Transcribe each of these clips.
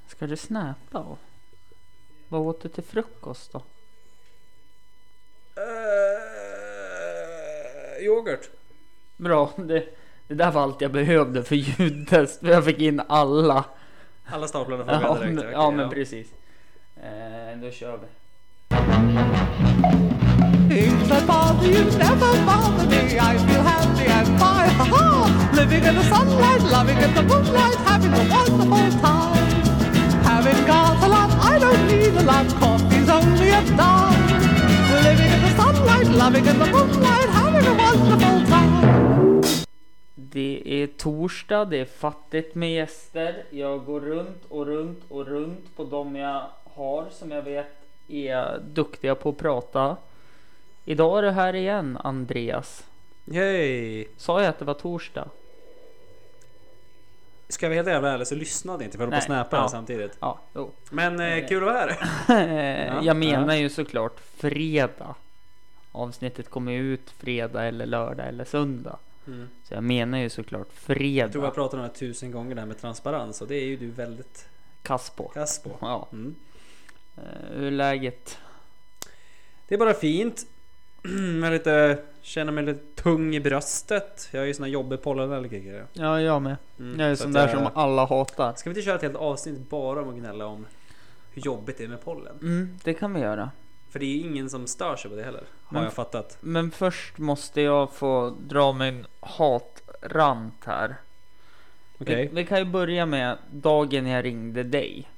Ska du snäppa då? Vad åt du till frukost då? Yoghurt. Bra, det där var allt jag behövde för ljudtest. Jag fick in alla. Alla staplarna frågade direkt. Okej, ja, men precis. Då kör vi. Things that bother you never bother me. I feel happy and fine. Ha-ha! Living in the sunlight, loving in the moonlight, having a wonderful time. Having got a lot, I don't need a lot. Coffee's only a dime. Living in the sunlight, loving in the moonlight, having a wonderful time. Det är torsdag, det är fattigt med gäster. Jag går runt och runt och runt på dem jag har som jag vet är duktiga på att prata. Idag är du här igen, Andreas. Yay! Sa jag att det var torsdag? Ska jag vara helt jävla ärlig så lyssnade inte för att på snappa här samtidigt. Ja, jo. Men kul att vara här. Jag menar ju såklart fredag. Avsnittet kommer ut fredag eller lördag eller söndag. Så jag menar ju såklart fredag. Jag tror jag pratat om det 1000 gånger där med transparens och det är ju du väldigt kass på. Ja. Hur är läget? Det är bara fint. Känner mig lite tung i bröstet. Jag är ju sån här jobbig pollenallergiker. Ja, jag med. Jag är sån där som alla hatar. Ska vi inte köra ett helt avsnitt bara om att gnälla om hur jobbigt det är med pollen? Det kan vi göra. För det är ju ingen som stör sig på det heller, har jag fattat. Men först måste jag få dra min hatrant här. Okej. Vi kan ju börja med dagen jag ringde dig.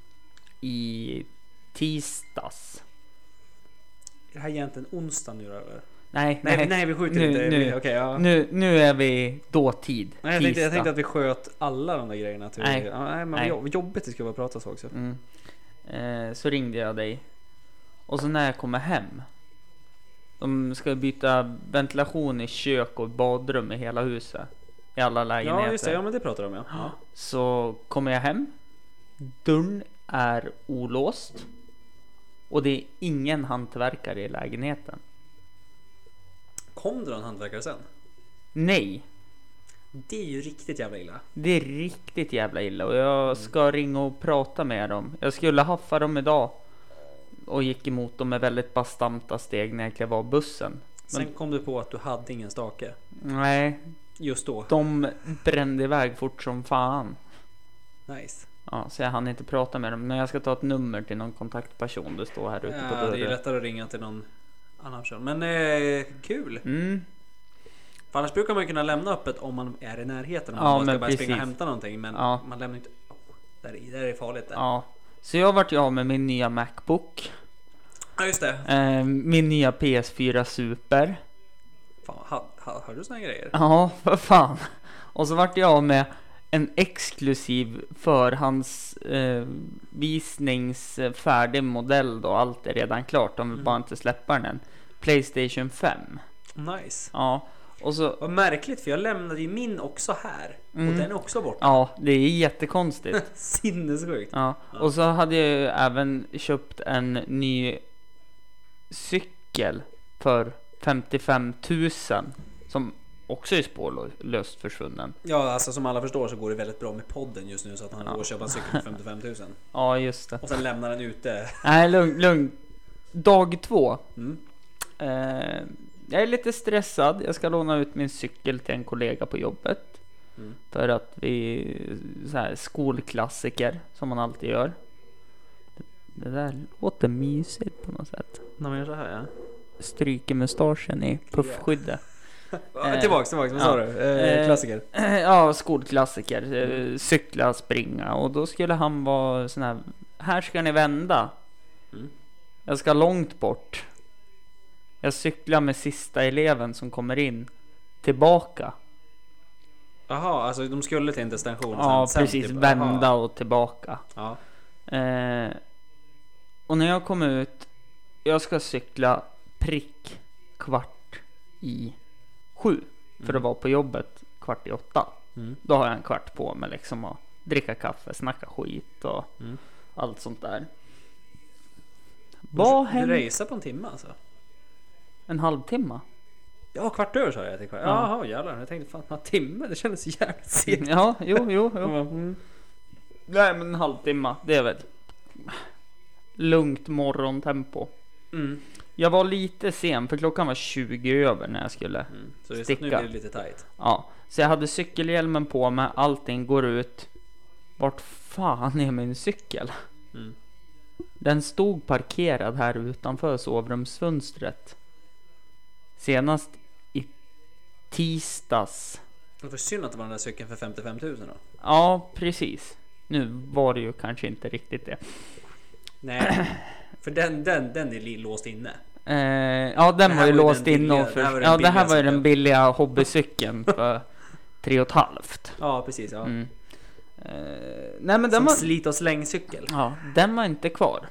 I tisdags. Är det här egentligen onsdag nu eller? Nej, vi skjuter inte. Okay, ja. nu är vi dåtid. Nej, jag tänkte att vi sköt alla de där grejerna. Nej. Men jobbigt det ska vara prata så också. Så ringde jag dig. Och så när jag kommer hem, de ska byta ventilation i kök och badrum i hela huset, i alla lägenheter. Ja, just det. Ja, men det pratar de om, ja. Så kommer jag hem, dörren är olåst och det är ingen hantverkare i lägenheten. Kom det någon hantverkare sen? Nej. Det är ju riktigt jävla illa. Det är riktigt jävla illa och jag ska ringa och prata med dem. Jag skulle haffa dem idag och gick emot dem med väldigt bastanta steg när jag klev av bussen. Sen kom du på att du hade ingen stake. Nej. Just då. De brände iväg fort som fan. Nice. Ja, så jag hann inte prata med dem. Men jag ska ta ett nummer till någon kontaktperson. Det står här ute på dörren. Det är lättare att ringa till någon annan person. Men kul. För annars brukar man kunna lämna öppet om man är i närheten. Om man ska bara springa och hämta någonting. Men man lämnar inte. Där är det farligt. Där. Ja. Så jag vart ju av med min nya MacBook. Ja, just det. Min nya PS4 Super. Fan, har du såna grejer? Ja, för fan. Och så vart jag av med en exklusiv förhandsvisningsfärdig modell då. Allt är redan klart. De vill bara inte släppa den. PlayStation 5. Nice. Ja. Och så, vad märkligt, för jag lämnade ju min också här. Och den är också borta. Ja, det är jättekonstigt. Sinnessjukt. Ja. Och så hade jag ju även köpt en ny cykel för 55 000 som också är spårlöst försvunnen. Ja, alltså som alla förstår så går det väldigt bra med podden just nu, så att han går och köpa en cykel för 55 000. Ja, just det. Och sen lämnar den ute. Nej, lugn. Dag 2. Jag är lite stressad. Jag ska låna ut min cykel till en kollega på jobbet. För att vi så här skolklassiker som man alltid gör. Det där låter mysigt på något sätt. När man gör så här, ja. Stryker mustaschen i puffskyddet. Tillbaks, vad sa du? Klassiker. Ja, skolklassiker. Cykla, springa. Och då skulle han vara sån här ska ni vända. Jag ska långt bort. Jag cyklar med sista eleven som kommer in tillbaka. Jaha, alltså de skulle till en destination. Ja, sen precis. Typ, vända och tillbaka. Ja. Och när jag kommer ut, jag ska cykla prick 7:15 för att vara på jobbet 7:45. Då har jag en kvart på mig liksom att dricka kaffe, snacka skit och allt sånt där. Vad händer? Du racear på en timme alltså? En halvtimme? Ja, kvart över sa jag till kvart. Jaha, jävlar. Jag tänkte fan, en timme, det kändes jävligt sent. Ja, jo. Nej, men en halvtimme, det är väl lugnt morgontempo. Jag var lite sen för klockan var 20 över när jag skulle så just sticka. Nu blir det lite tajt. Ja, så jag hade cykelhjälmen på mig, allting går ut. Vart fan är min cykel? Den stod parkerad här utanför sovrumsfönstret. Senast i tisdags. Det var synd att det var den där cykeln för 55 000 då. Ja, precis. Nu var det ju kanske inte riktigt det. Nej, för den är låst inne. Ja, den var ju låst inne. Det här var ju den billiga hobbycykeln för 3,5. Ja, precis. Ja. Nej, men som slit- och slängcykel. Ja, den var inte kvar.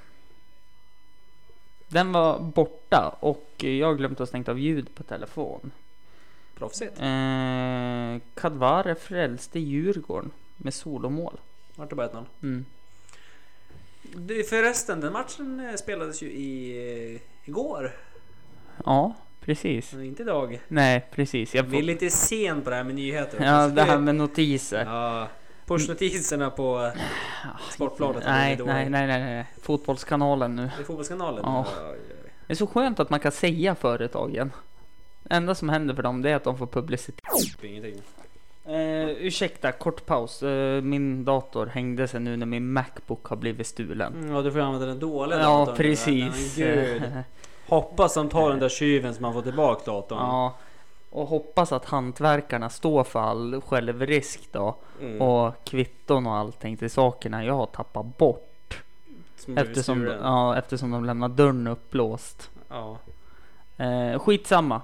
Den var borta och jag glömde att stänga av ljud på telefon. Proffsigt. Kadvare frälste Djurgården med solomål. Vart det bara 1-0. Förresten, den matchen spelades ju igår. Ja, precis. Men inte idag. Nej, precis. Vi är lite sen på det här med nyheter. Ja, det här med notiser. Ja, pushnotiserna på Sportbladet. Nej. Fotbollskanalen nu. Det är Fotbollskanalen. Ja. Det är så skönt att man kan säga företagen. Det enda som händer för dem, det är att de får publicitet. Ingenting. Ursäkta, kort paus. Min dator hängde sig nu när min MacBook har blivit stulen. Ja, du får använda den dåliga datorn. Ja, precis. Hoppas de tar den där tjuven som man får tillbaka datorn. Ja, och hoppas att hantverkarna står för all självrisk då. Och kvitton och allting till sakerna jag har tappat bort. Eftersom de lämnar dörren upplåst. Ja. Skitsamma.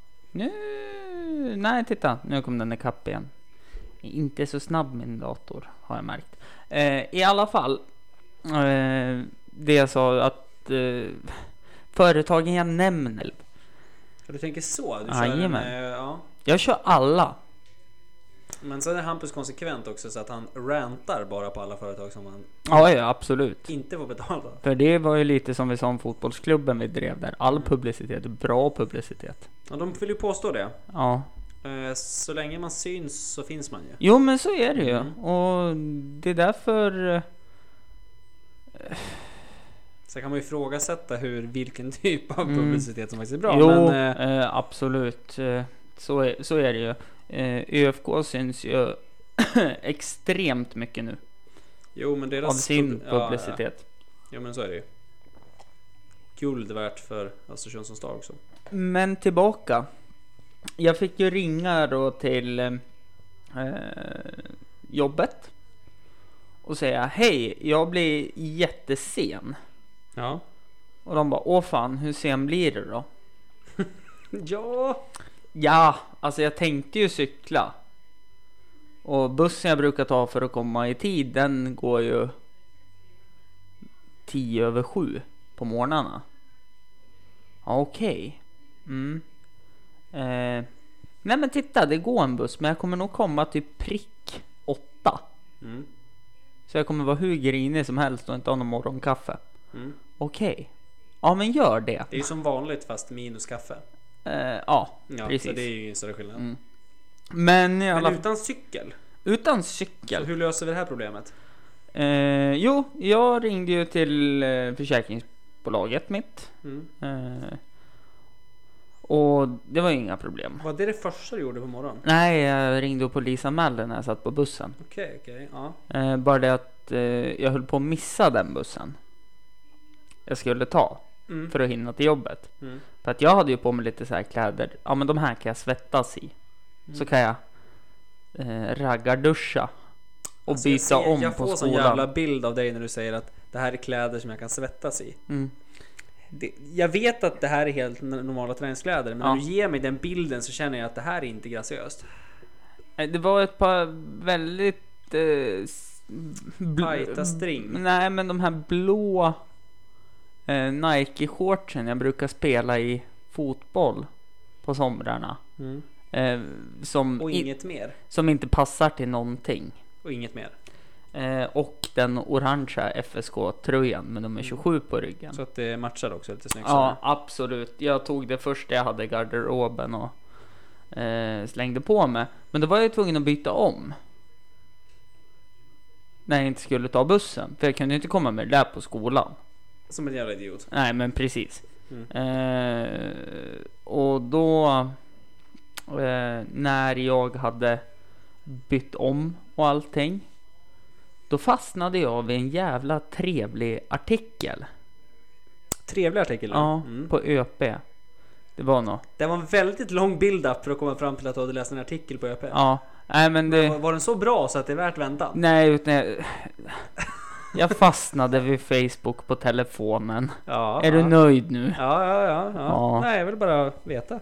Nej, titta. Nu kom den ikapp igen. Inte så snabb min dator, har jag märkt. I alla fall. Det jag sa att företagen jag nämner. Du tänker så? Du kör ja. Jag kör alla. Men sen är Hampus konsekvent också så att han rantar bara på alla företag som han ja, absolut inte får betala. För det var ju lite som vi sa om fotbollsklubben vi drev där. All publicitet, bra publicitet. Ja, de vill ju påstå det. Ja. Så länge man syns så finns man ju. Jo, men så är det ju. Och det är därför så kan man ju ifrågasätta vilken typ av publicitet som faktiskt är bra. Jo, men, absolut. Så är det ju. ÖFK syns ju extremt mycket nu. Jo, men deras av sin publicitet. Ja, men så är det ju. Guld värt för Östersund som stad också. Men tillbaka. Jag fick ju ringa då till jobbet och säga hej, jag blir jättesen. Ja. Och de bara, åh fan, hur sen blir det då? Ja, alltså jag tänkte ju cykla. Och bussen jag brukar ta för att komma i tid, den går ju 6:50 på morgnarna. Ja, okej. Nej, men titta, det går en buss, men jag kommer nog komma till prick 8. Så jag kommer vara hur grinig som helst och inte ha någon morgonkaffe. Okej. Ja, men gör det. Det är ju som vanligt fast minus kaffe. Ja, precis. Så det är ju ingen större skillnad. Men utan cykel? Utan cykel. Så hur löser vi det här problemet? Jo, jag ringde ju till försäkringsbolaget mitt. Och det var ju inga problem. Var det första du gjorde på morgonen? Nej, jag ringde och polisanmälde när jag satt på bussen. Okej, ja. Bara det att jag höll på att missa den bussen jag skulle ta för att hinna till jobbet. För att jag hade ju på mig lite så här kläder. Ja, men de här kan jag svettas i. Så kan jag raggarduscha och alltså byta om på skolan. Jag får sån jävla bild av dig när du säger att det här är kläder som jag kan svettas i. Jag vet att det här är helt normala träningskläder, men när du ger mig den bilden så känner jag att det här är inte graciöst. Det var ett par väldigt tajta string. Nej, men de här blå Nike-shortsen jag brukar spela i fotboll på somrarna. Och inget mer. Som inte passar till någonting. Och inget mer. Och den orangea FSK-tröjan med nummer 27 på ryggen. Så att det matchar också lite snyggt. Ja, absolut. Jag tog det första jag hade i garderoben och slängde på mig. Men då var jag tvungen att byta om. när jag inte skulle ta bussen. För jag kunde inte komma med det där på skolan. Som en jävla idiot. Nej, men precis. Och då när jag hade bytt om och allting, då fastnade jag vid en jävla trevlig artikel. Trevlig artikel? Ja, på ÖP. Det var nog. Det var en väldigt lång build-up för att komma fram till att du hade läst en artikel på ÖP. Ja, nej men det... Var den så bra så att det är värt väntan? Nej, utan jag fastnade vid Facebook på telefonen. Ja, är du nöjd nu? Ja. Nej, jag vill bara veta.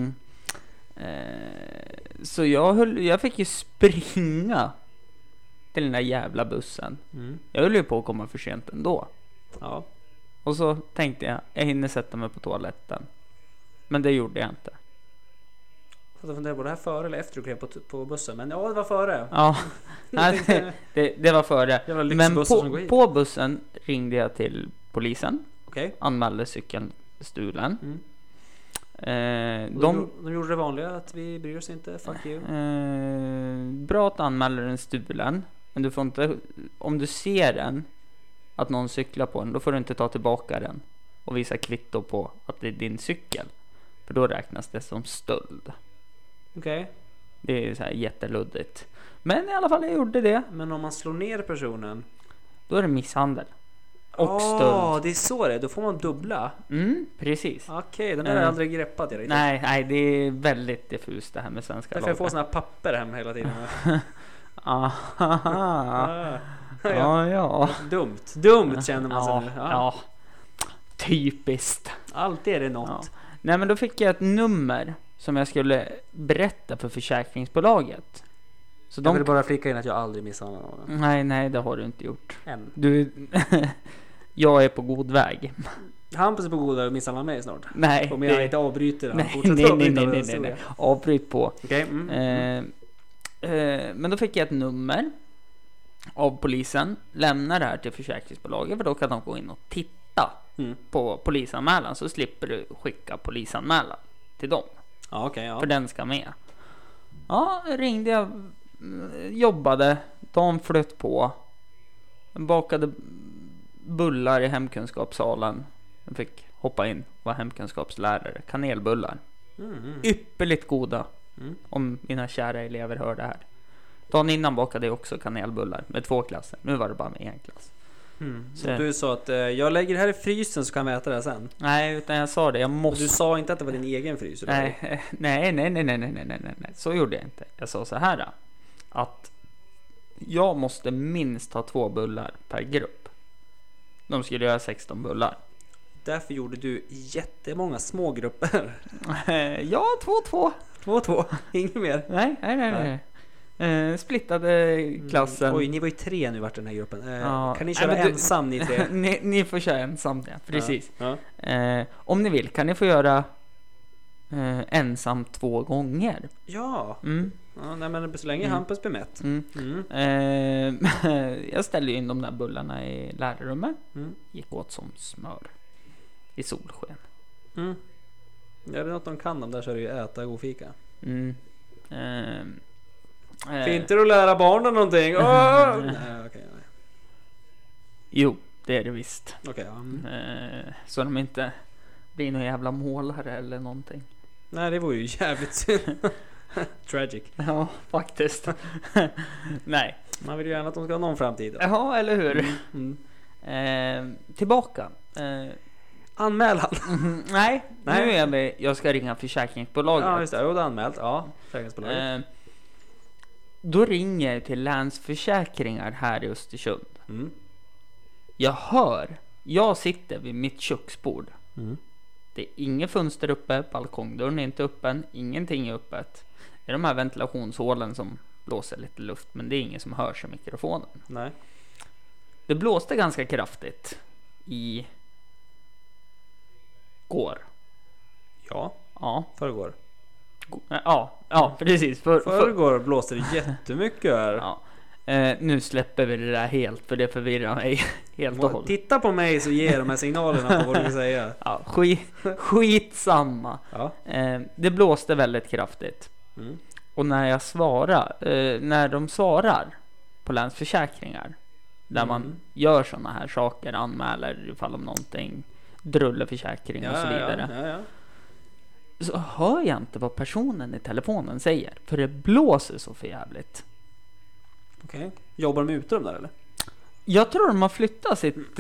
Så jag fick ju springa till den där jävla bussen. Jag höll ju på att komma för sent ändå. Ja. Och så tänkte jag hinner sätta mig på toaletten. Men det gjorde jag inte. Jag funderar på det här före eller efter du klev på bussen. Men ja, det var före. Ja, det var före. Men på bussen ringde jag till polisen. Okay. Anmälde cykeln stulen. De gjorde det vanliga att vi bryr oss inte. Fuck you. Bra att anmäla den stulen. Men du får inte, om du ser den, att någon cyklar på den, då får du inte ta tillbaka den och visa kvitto på att det är din cykel. För då räknas det som stöld. Okej. Det är så här jätteluddigt. Men i alla fall, jag gjorde det. Men om man slår ner personen, då är det misshandel. Och stöld. Ja, det är så det är. Då får man dubbla. Precis. Okej, den har jag aldrig greppat. Nej, det är väldigt diffust det här med svenska lagar. Därför jag får såna här papper hem hela tiden. Ja. Dumt känner man sig nu. Ja. Typiskt. Alltid är det något. Ja. Nej, men då fick jag ett nummer som jag skulle berätta för försäkringsbolaget. Så jag vill bara flika in att jag aldrig misshandlar någon. Nej, det har du inte gjort. Än. Jag är på god väg. Hampus är på god väg att misshandla mig snart. Nej. Om jag inte avbryter. Nej. Avbryt på. Okay. Men då fick jag ett nummer av polisen. Lämna det här till försäkringsbolaget, för då kan de gå in och titta på polisanmälan, så slipper du skicka polisanmälan till dem. Ja, okay, ja. För den ska med. Ja, ringde jag, jobbade, de flöt på. Jag bakade bullar i hemkunskapssalen. Jag fick hoppa in, var hemkunskapslärare. Kanelbullar. Ypperligt goda. Om mina kära elever hör det här. Dagen innan bakade jag också kanelbullar med 2 klasser. Nu var det bara med 1 klass. Så du sa att jag lägger det här i frysen så kan vi äta det sen. Nej, utan jag sa det, jag måste. Du sa inte att det var din egen frys? Nej. Så gjorde jag inte. Jag sa så här, att jag måste minst ha 2 bullar per grupp. De skulle göra 16 bullar. Därför gjorde du jättemånga små grupper. Ja, 2-2. 2-2, inget mer. Nej. Splittade klassen. Oj, ni var ju 3 nu vart den här gruppen. Kan ni köra ensam ni 3? ni får köra ensam, ja, precis. Ja. Om ni vill kan ni få göra ensam 2 gånger. Ja. Nej, men så länge Hampus blir mätt. Jag ställde in de där bullarna i lärarrummet. Gick åt som smör i solsken. Ja, det är något de kan om där, så är det ju äta god fika. Fint du lära barnen någonting? Nej, okay. Jo, det är det visst. Okay, så de inte blir någon jävla målare eller någonting. Nej, det var ju jävligt synd. Tragic. Ja, faktiskt. Nej. Man vill ju gärna att de ska ha någon framtid. Ja, eller hur? Tillbaka. Anmälan. Nej, nu är jag ska ringa försäkringsbolaget. Ja, just det. Jag har anmält. Ja, försäkringsbolaget. Då ringer jag till Länsförsäkringar här i Östersund. Jag sitter vid mitt köksbord. Det är inget fönster uppe, balkongdörren är inte öppen, ingenting är öppet. Det är de här ventilationshålen som blåser lite luft, men det är ingen som hörs i mikrofonen. Nej. Det blåste ganska kraftigt i går. Ja. Förrgår. Ja, precis. Förrgår blåste det jättemycket här. Ja. Nu släpper vi det där helt, för det förvirrar mig helt och hållet. Titta på mig så ger de här signalerna på vad du vill säga. Ja, skitsamma. Ja. Det blåste väldigt kraftigt. Och när de svarar på Länsförsäkringar, där man gör såna här saker, anmäler ifall om någonting, drulleförsäkring och så vidare. Så hör jag inte vad personen i telefonen säger, för det blåser så för jävligt. Okej. Jobbar de ute de där eller? Jag tror de har flyttat sitt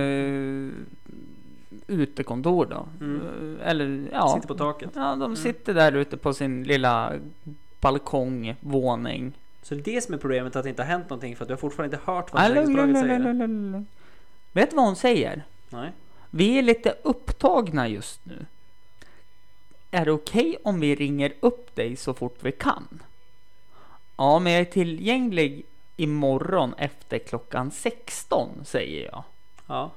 utekontor då. Eller sitter på taket. Ja, de sitter där ute på sin lilla balkong, våning. Så det är det som är problemet, att det inte har hänt någonting, för att du har fortfarande inte hört vad försäkringsbolaget säger. Vet du vad hon säger? Nej. Vi är lite upptagna just nu. Är det okej om vi ringer upp dig så fort vi kan? Ja, men jag är tillgänglig imorgon efter klockan 16, säger jag. Ja.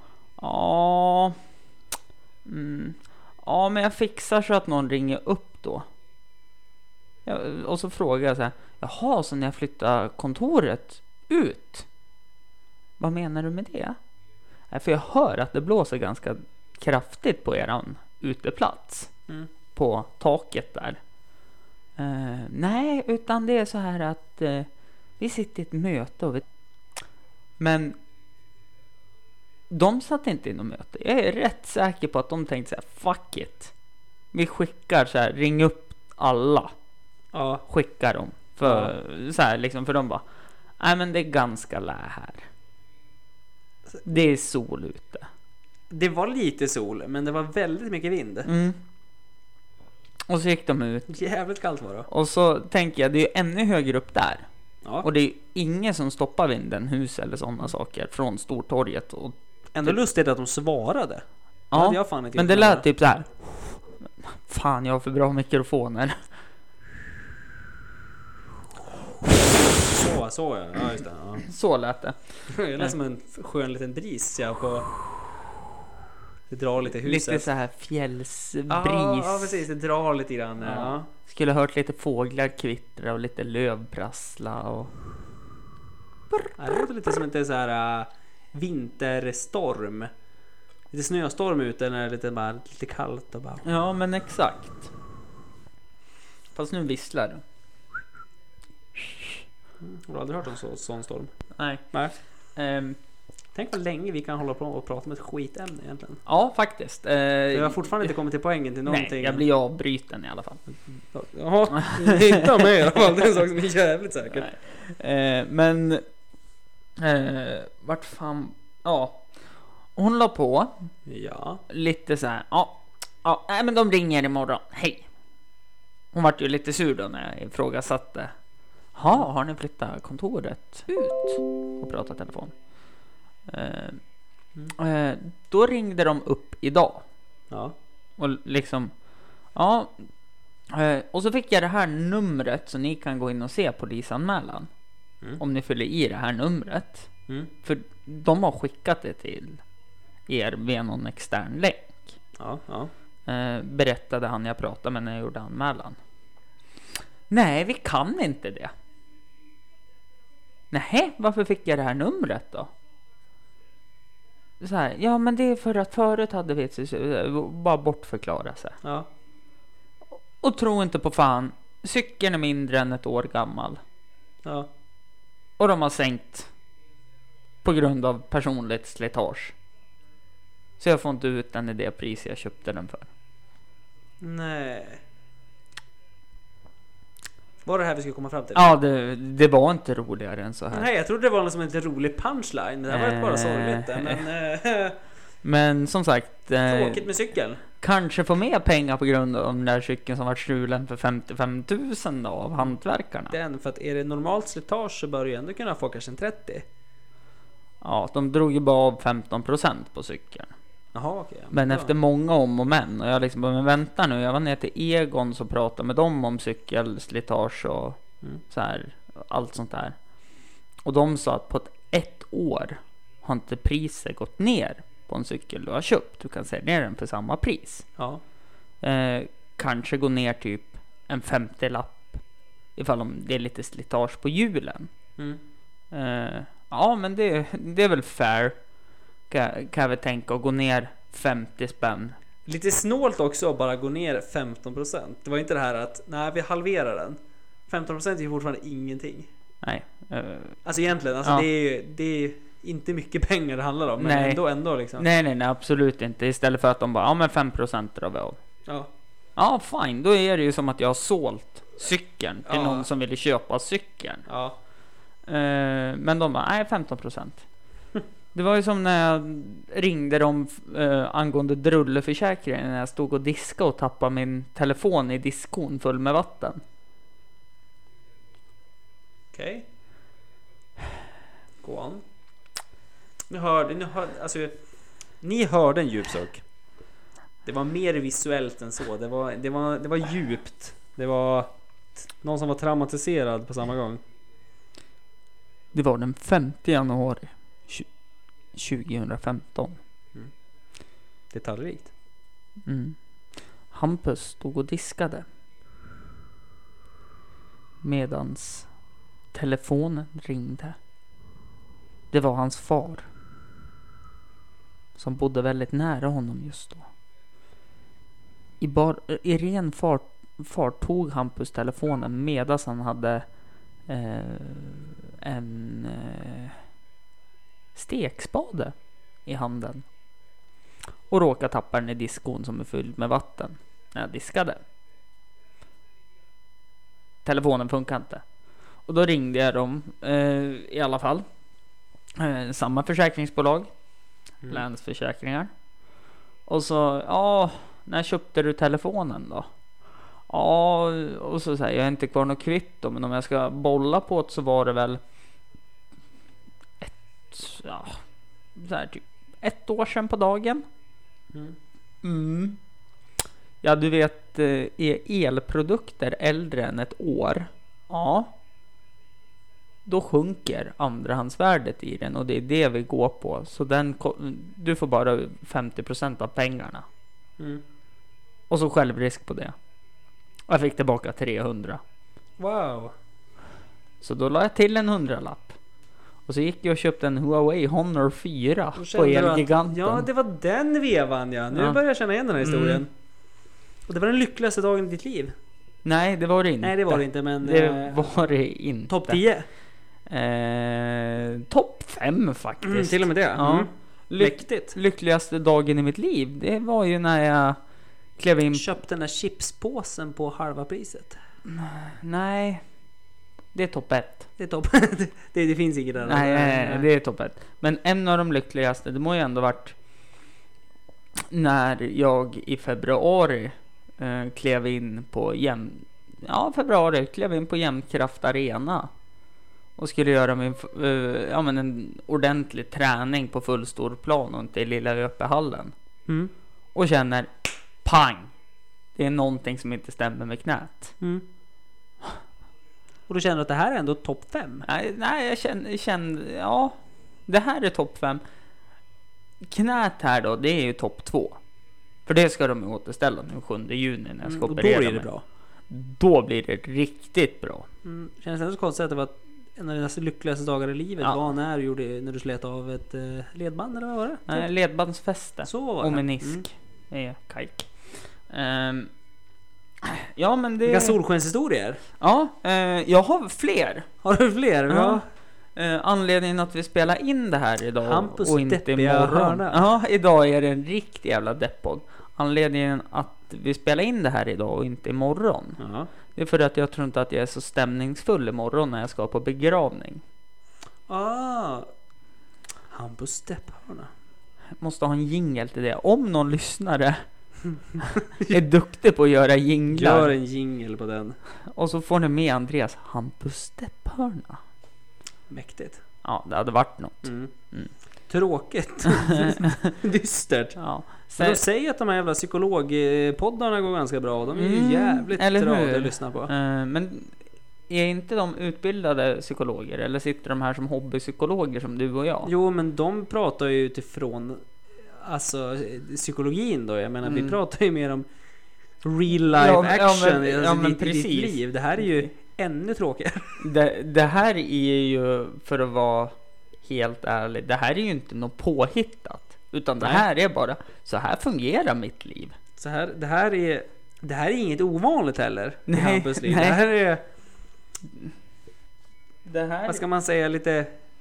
Ja, men jag fixar så att någon ringer upp då. Ja, och så frågar jag så här: jaha, så när jag flyttar kontoret ut? Vad menar du med det? För jag hör att det blåser ganska kraftigt på eran uteplats. På taket där. Nej, utan det är så här att vi sitter i ett möte och men de satt inte i något möte. Jag är rätt säker på att de tänkte så här: fuck it. Vi skickar så här, ring upp alla. Ja. Skickar dem. För så här liksom, för de bara, nej men det är ganska lä här. Det är sol ute. Det var lite sol, men det var väldigt mycket vind. Och så gick de ut. Jävligt kallt var det. Och så tänker jag, det är ju ännu högre upp där. Ja. Och det är ingen som stoppar vinden, hus eller sådana saker från Stortorget. Och ändå lustigt att de svarade. Ja, jag fan inte, men det lät typ så här: fan, jag har för bra mikrofoner. Så ja, just det. Ja. Så lät det. Det lät som en skön liten bris. Det drar lite huset. Lite så här fjällsbris. Ja, precis. Det drar lite grann. Ja. Skulle ha hört lite fåglar kvittra och lite lövprassla och... Det låter lite som en så här vinterstorm. Lite snöstorm ute när det är lite kallt och bara... Ja, men exakt. Fast nu visslar det. Har du aldrig hört om sån storm? Nej. Tänk vad länge vi kan hålla på och prata om ett skitämne egentligen. Ja, faktiskt. Jag har fortfarande inte kommit till poängen till någonting. Nej, jag blir avbryten i alla fall. Jaha, hitta mig i alla fall. Det är en sak som är jävligt säkert. Men vart fan... Ja. Hon la på. Ja. Lite så här. Ja, nej, men de ringer imorgon. Hej. Hon vart ju lite sur då när jag ifrågasatte. Har ni flyttat kontoret ut och pratat telefon? Då ringde de upp idag. Ja. Och liksom, ja. Och så fick jag det här numret så ni kan gå in och se polisanmälan. Om ni fyller i det här numret. För de har skickat det till er via någon extern länk. Ja. Berättade han jag pratade med när jag gjorde anmälan. Nej, vi kan inte det. Nej, varför fick jag det här numret då? Så här, ja, men det är för att förut hade vi bara bortförklara sig. Ja. Och tro inte på fan. Cykeln är mindre än ett år gammal. Ja. Och de har sänkt på grund av personligt slitage. Så jag får inte ut den i det pris jag köpte den för. Nej. Var det här vi skulle komma fram till? Ja, det var inte roligare än så här. Nej, jag trodde det var som en lite rolig punchline. Det här var bara sorgligt. Men som sagt, tråkigt med cykeln. Kanske få mer pengar på grund av den där cykeln som var stulen för 55 000 då, av hantverkarna. För att är det normalt slitage så bör du ändå kunna få kanske en 30. Ja, de drog ju bara av 15% på cykeln. Jaha, okej. Men efter många om och men. Och jag liksom bara, men vänta nu. Jag var ner till Egon och pratade med dem om cykelslitage och så här, allt sånt där. Och de sa att på ett år har inte priset gått ner på en cykel du har köpt. Du kan sälja den för samma pris. Ja. Kanske gå ner typ en 50-lapp ifall om det är lite slitage på hjulen. Ja, men det är väl fair. Kan jag väl tänka att gå ner 50 spänn. Lite snålt också att bara gå ner 15%. Det var inte det här att nej, vi halverar den. 15% är ju fortfarande ingenting. Nej. Alltså egentligen, alltså ja. det är inte mycket pengar det handlar om. Men ändå liksom. Nej, absolut inte. Istället för att de bara, men 5% drar vi av. Ja, fine. Då är det ju som att jag har sålt cykeln till någon som ville köpa cykeln. Ja. Men de bara, 15%. Det var ju som när jag ringde dem angående drulleförsäkringen när jag stod och diskade och tappade min telefon i diskon full med vatten. Okej. Gå on. Ni hörde en djupsök. Det var mer visuellt än så. Det var djupt. Det var någon som var traumatiserad på samma gång. Det var den 5 januari 2015. Detaljrikt. Hampus stod och diskade. Medans telefonen ringde. Det var hans far. Som bodde väldigt nära honom just då. I ren fart tog Hampus telefonen medan han hade en stekspade i handen. Och råkade tappa den i diskon som är fylld med vatten när jag diskade. Telefonen funkar inte. Och då ringde jag dem i alla fall. Samma försäkringsbolag. Länsförsäkringar. Och så, när köpte du telefonen då? Ja, och så säger jag inte kvar något kvitto, men om jag ska bolla på det så var det väl typ 1 år sedan på dagen. Ja, du vet, är elprodukter äldre än 1 år? Ja. Då sjunker andrahandsvärdet i den och det är det vi går på. Så du får bara 50% av pengarna. Och så självrisk på det. Jag fick tillbaka 300. Wow. Så då la jag till en 100-lapp. Och så gick jag och köpte en Huawei Honor 4 på Elgiganten. Ja, det var den vevan, ja. Nu börjar jag känna igen den här historien. Och det var den lyckligaste dagen i ditt liv. Nej, det var det inte. Nej, det var det inte, men... Det var det inte. Topp 10? Topp 5 faktiskt. Till och med det? Ja. Mäktigt. Lyckligaste dagen i mitt liv, det var ju när jag klev in... Köpte den där chipspåsen på halva priset. Nej, det är topp 1. Det är topp. det finns inget där. Nej, det är topp 1. Men en av de lyckligaste, det må ju ändå varit när jag i februari klev in på Jämtkraft Arena och skulle göra en ordentlig träning på fullstor plan och inte i lilla Öpehallen. Och känner pang, det är någonting som inte stämmer med knät. Och då känner du att det här är ändå topp 5? Nej, jag kände det här är topp 5. Knät här då, det är ju topp 2. För det ska de återställa nu 7 juni när jag ska operera. Då blir det bra. Då blir det riktigt bra. Känns det så konstigt att det var en av dina lyckligaste dagar i livet var när du slet av ett ledband, eller vad var det? Nej, ledbandsfäste. Så var det. Och menisk. Är kajk. Ja, men det... Vilka solskenshistorier? Ja, jag har fler. Har du fler? Ja. Anledningen att vi spelar in det här idag Hampus och inte imorgon. Ja, idag är det en riktig jävla deppod. Anledningen att vi spelar in det här idag och inte imorgon. Det är för att jag tror inte att jag är så stämningsfull imorgon när jag ska på begravning. Hampus depphörna. Måste ha en jingle till det. Om någon lyssnare är duktig på att göra jinglar. Gör en jingle på den. Och så får ni med Andreas Hampus depphörna. Mäktigt. Ja, det hade varit något. Tråkigt. Dystert. Ja. Men de säger att de här jävla psykologpoddarna går ganska bra. De är ju jävligt bra att lyssna på. Men är inte de utbildade psykologer? Eller sitter de här som hobbypsykologer som du och jag? Jo, men de pratar ju utifrån psykologin då. Jag menar, vi pratar ju mer om real life action i ditt liv. Det här är ju ännu tråkigare. Det här är ju, för att vara helt ärlig, det här är ju inte något påhittat. Utan det här är bara, så här fungerar mitt liv. Det här är inget ovanligt heller. Nej. Det här är... Vad ska man säga, lite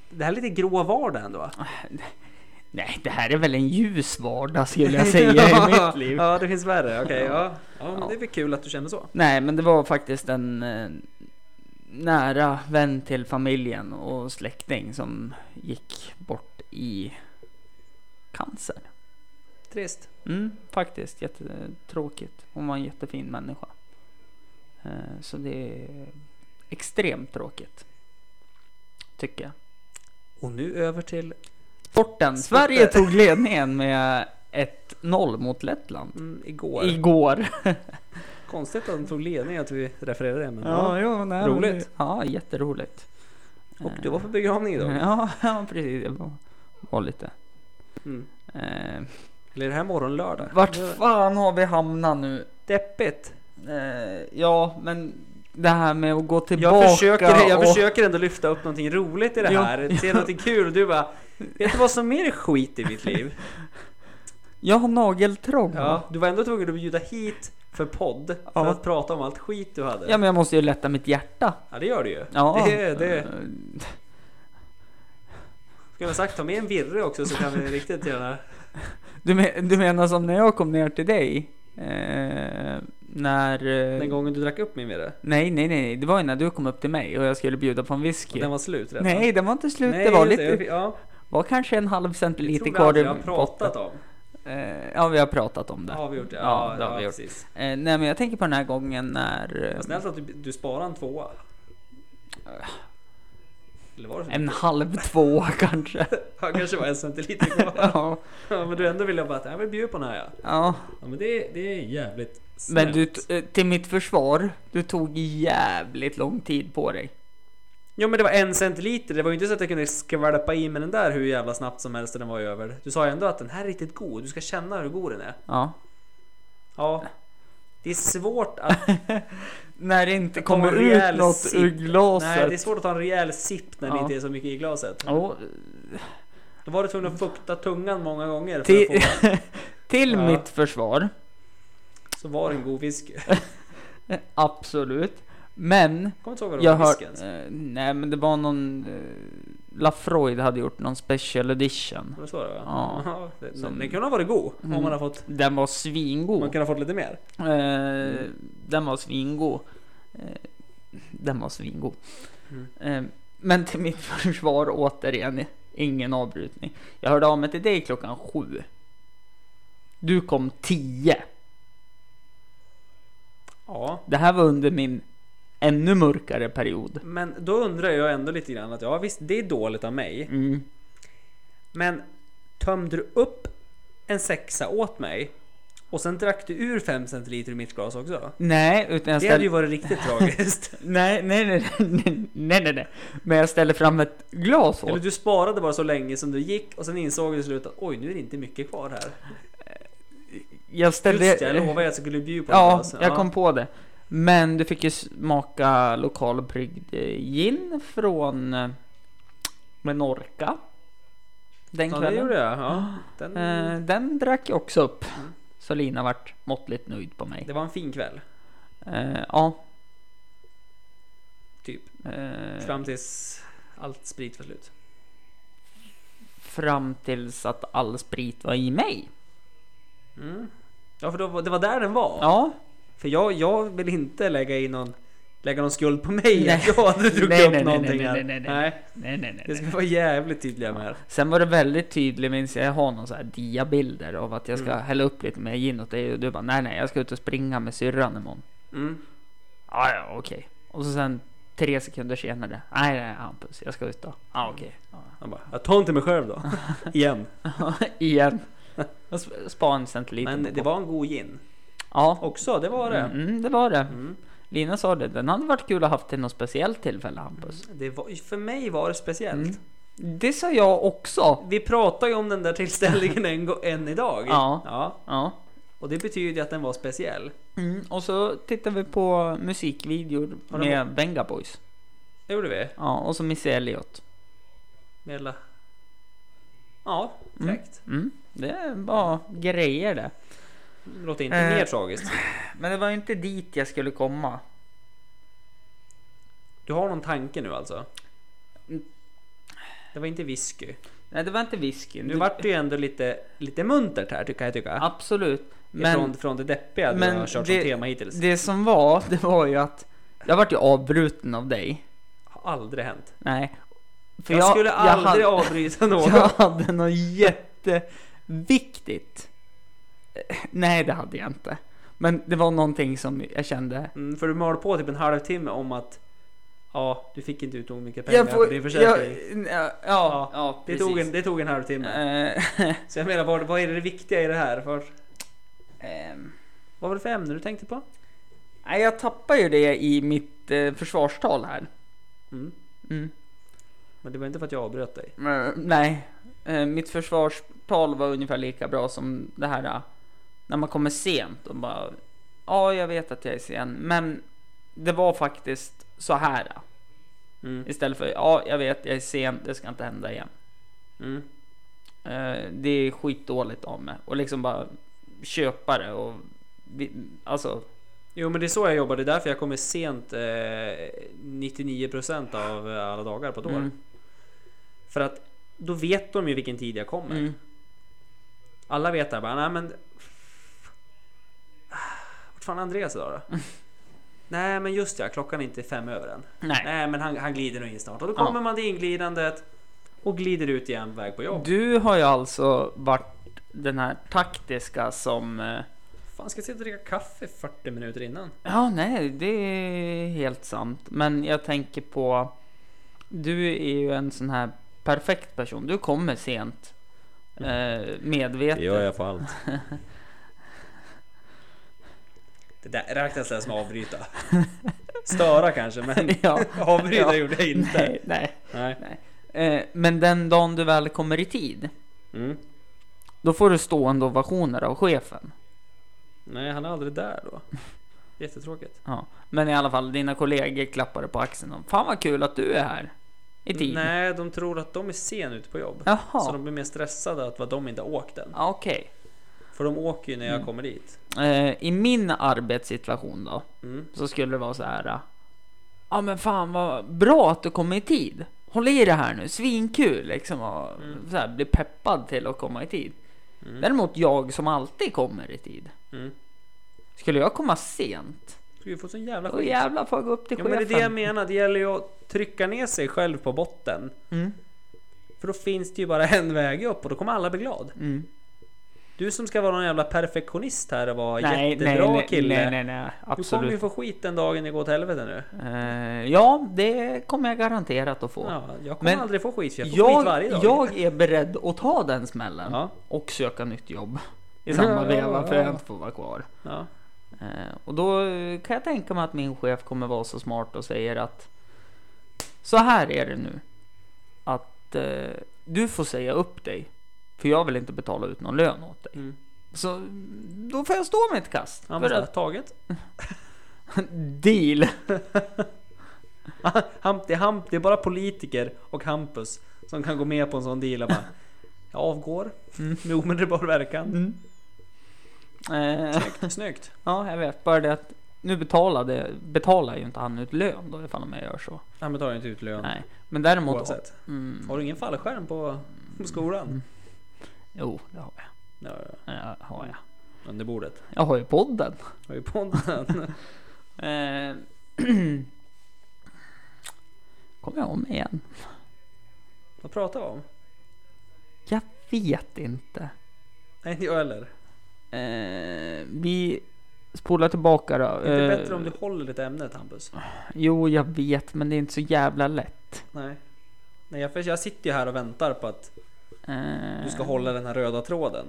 Det här är lite grå vardag ändå. Nej, det här är väl en ljus vardag skulle jag säga i mitt liv. Ja, det finns värre. Okej, ja, men det är väl kul att du känner så. Nej, men det var faktiskt en nära vän till familjen och släkting som gick bort i cancer. Trist. Faktiskt jättetråkigt. Hon var en jättefin människa. Så det är extremt tråkigt, tycker jag. Och nu över till sporten. Sverige tog ledningen med 1-0 mot Lettland. Igår. Konstigt att de tog ledningen, att vi refererade det. Men roligt. Ja, jätteroligt. Och du var för begravning då? Ja, precis. Det var lite. Eller är det här morgon lördag? Vart fan har vi hamnat nu? Deppigt. Ja, men det här med att gå tillbaka. Jag försöker ändå lyfta upp någonting roligt i det här. Se någonting kul och du bara, vet du vad som är skit i mitt liv? Jag har nageltrång. Ja, du var ändå tvungen att bjuda hit för podd för att prata om allt skit du hade. Ja, men jag måste ju lätta mitt hjärta. Ja, det gör du ju. Ja. Det. Ska jag sagt, ta med en virre också så kan vi riktigt gärna. Du menar som när jag kom ner till dig? Den gången du drack upp min virre? Nej, det var ju när du kom upp till mig och jag skulle bjuda på en whisky. Den var slut redan. Nej, den var inte slut. Det var lite. Var kanske en halv centiliter kvar. Jag har pratat om. Ja, vi har pratat om det. Har vi gjort det? Ja, det har vi gjort. Nej, men jag tänker på den här gången när... Vad snällt att du sparar en 2. Eller var det en halv 2 kanske. Ja, kanske var en centiliter kvar. Ja, men du ändå vill jag bara att jag vill bjuda på den här. Ja, men det är jävligt snällt. Men du, till mitt försvar, du tog jävligt lång tid på dig. Ja, men det var 1 centiliter. Det var ju inte så att jag kunde skvalpa i med den där hur jävla snabbt som helst den var ju över. Du sa ju ändå att den här är riktigt god. Du ska känna hur god den är. Ja. Det är svårt att när det inte kommer ut något ur glaset. Nej, det är svårt att ta en rejäl sipp när det inte är så mycket i glaset. Då var du tvungen att fukta tungan många gånger för att få till mitt försvar så var det en god whisky. Absolut. Men jag hör, nej, men det var någon Lafroid hade gjort någon special edition. Var det så det var? Ja. Den kunde ha varit god om man har fått. Den var svingod. Man kunde ha fått lite mer. Den var svingod. Men till mitt försvar återigen ingen avbrytning. Jag hörde av mig till dig 7:00. Du kom 10. Ja. Det här var under min ännu mörkare period. Men då undrar jag ändå lite grann att visst, det är dåligt av mig. Men tömde du upp en 6 åt mig och sen drack du ur 5 centiliter i mitt glas också? Nej, utan det hade ju varit riktigt tragiskt. Nej. Men jag ställde fram ett glas åt. Eller du sparade bara så länge som du gick och sen insåg du i slutet att oj, nu är det inte mycket kvar här. Jag lovade att jag skulle bjuda på glas. Jag kom på det. Men du fick ju smaka lokalbryggd gin från Menorca den kvällen. Det gjorde jag. Ja. Den drack jag också upp. Så Lina vart måttligt nöjd på mig. Det var en fin kväll. Ja. Typ. Fram tills allt sprit var slut. Fram tills att all sprit var i mig. Ja, för det var där den var. Ja. För jag vill inte lägga någon skuld på mig. Nej. Jag hade druckit upp någonting här. Nej. Det ska vara jävligt tydliga med här. Sen var det väldigt tydligt, minns jag har någon så här diabilder av att jag ska hälla upp lite mer gin åt dig och du bara nej, jag ska ut och springa med syrran imorgon. Ja, okej. Och så sen 3 sekunder senare. Nej, Hampus, jag ska ut då. Okej. Han bara, jag tar inte mig själv då. Igen. Igen. Jag spar en centiliter. Men det var en god gin. Ja. Också, det var det. Det var det. Lina sa det. Den hade varit kul att haft till något speciellt tillfälle, Hampus. För mig var det speciellt. Det sa jag också. Vi pratar ju om den där tillställningen än idag. Ja. Och det betyder att den var speciell. Och så tittade vi på musikvideor med Venga Boys. Det gjorde vi. Ja, och så Missy Elliott. Medla. Ja, direkt. Det var grejer det. Det låter inte mer tragiskt. Men det var ju inte dit jag skulle komma. Du har någon tanke nu alltså? Det var inte whisky. Nej, det var inte whisky. Nu vart det ju ändå lite muntert här, jag tycker. Absolut. Men från det deppiga du har kört som tema hittills. Det som var ju att jag vart ju avbruten av dig. Har aldrig hänt. Nej. För jag skulle aldrig avbryta någon. Jag hade något jätteviktigt. Nej, det hade jag inte. Men det var någonting som jag kände. För du mal på typ en halvtimme om att du fick inte ut mycket pengar för din försäkring. Ja, det tog en halvtimme. Så jag menar, vad är det viktiga i det här? Vad var det för ämne du tänkte på? Nej, jag tappade ju det i mitt försvarstal här. Men det var inte för att jag avbröt dig. Nej, mitt försvarstal var ungefär lika bra som det här. När man kommer sent och bara, jag vet att jag är sen, men det var faktiskt så här. Istället för, jag vet jag är sen, det ska inte hända igen. Det är skitdåligt av mig. Och liksom bara köpa det och alltså. Jo, men det är så jag jobbar. Det är därför jag kommer sent 99% av alla dagar på ett år. För att då vet de ju vilken tid jag kommer. Alla vet där bara, nej men vart fan Andreas idag då? Nej, men just klockan är inte 5 över än. Nej, men han glider nog in snart. Och då kommer man till inglidandet och glider ut igen väg på jobb. Du har ju alltså varit den här taktiska som fan, ska jag sitta och dricka kaffe 40 minuter innan? Ja, nej, det är helt sant. Men jag tänker på, du är ju en sån här perfekt person. Du kommer sent. Medvetet. Det gör jag på allt. Det där räknas det som avbryta. Störa kanske, men avbryta gjorde jag inte. Nej. Men den dagen du väl kommer i tid, då får du stående ovationer av chefen. Nej, han är aldrig där då. Jättetråkigt. Ja, men i alla fall, dina kollegor klappade på axeln och, fan vad kul att du är här i tid. Nej, de tror att de är sen ute på jobb. Jaha. Så de blir mer stressade att de inte har åkt den. Okej. För de åker ju när jag kommer dit. I min arbetssituation då, så skulle det vara så här. Ja, men fan vad bra att du kommer i tid. Håll i det här nu, svinkul liksom, och så här, bli peppad till att komma i tid. Däremot jag som alltid kommer i tid. Skulle jag komma sent, skulle få sån jävla skit. Jävla får gå upp till chefen. Men det är det jag menar, det gäller ju att trycka ner sig själv på botten. För då finns det ju bara en väg upp och då kommer alla bli glad. Du som ska vara någon jävla perfektionist här och vara jättebra kille. Nej, absolut. Du kommer ju få skit den dagen det går åt helvete nu. Ja, det kommer jag garanterat att få. Ja, jag kommer aldrig få skit, för jag får skit varje dag. Jag är beredd att ta den smällen och söka nytt jobb i samma veva, för jag inte får vara kvar. Och då kan jag tänka mig att min chef kommer vara så smart och säger att så här är det nu, att du får säga upp dig, för jag vill inte betala ut någon lön åt dig. Så då får jag stå med ett kast. Ja, men att taget. Deal. Det är bara politiker och Hampus som kan gå med på en sån deal och bara, jag avgår med omedelbar verkan. Snyggt. Ja, jag vet. Bara det att nu betalar ju inte han ut lön då, ifall jag gör så. Han betalar inte ut lön. Nej, men däremot oavsett. Har du ingen fallskärm på skolan? Jo, det har jag. Ja, har jag. Under bordet. Jag har ju podden. Kommer jag om igen? Vad pratar vi om? Jag vet inte. Nej, inte jag heller. Vi spolar tillbaka då. Det är bättre om du håller lite ämnet, Hampus. Jo, jag vet, men det är inte så jävla lätt. Nej, jag sitter ju här och väntar på att du ska hålla den här röda tråden.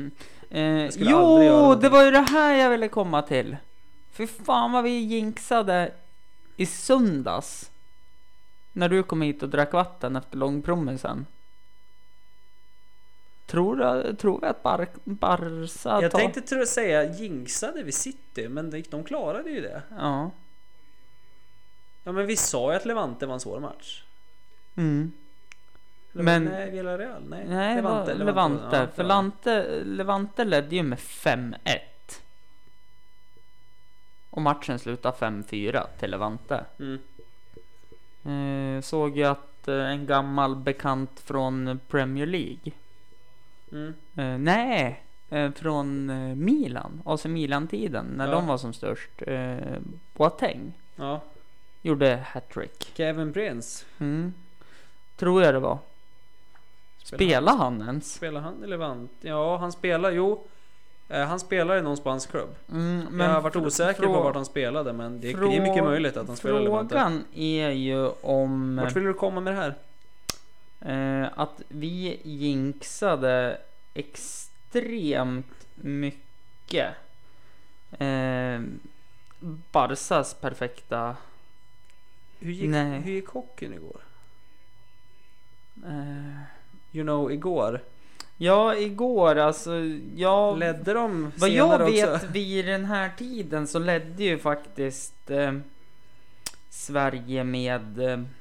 Jo, det var ju det här jag ville komma till. För fan vad vi jinxade i söndags när du kom hit och drack vatten efter långpromisen. Tror vi att Barca... Jag tänkte säga jinxade vi City, men de klarade ju det. Ja. Ja, men vi sa ju att Levante var en svår match. Men nej, Villarreal. Nej, Levante. Ja, för Levante ledde ju med 5-1. Och matchen slutade 5-4 till Levante. Såg ju att en gammal bekant från Premier League. Nej, från Milan, AC Milan-tiden när de var som störst. Boateng. Ja. Gjorde hattrick. Kevin Prince. Tror jag det var. Spelar han ens? Spelar han relevant? Ja, han spelar, han spelar i någon spansk klubb. Men jag har varit osäker på vart han spelade, men det är mycket möjligt att han spelar relevant. Frågan är ju om... Vart vill du komma med det här? Att vi jinxade extremt mycket. Barsas perfekta... Hur gick hockeyn igår? Igår. Ja, igår alltså. Ledde de vad jag vet också? Vid den här tiden så ledde ju faktiskt Sverige med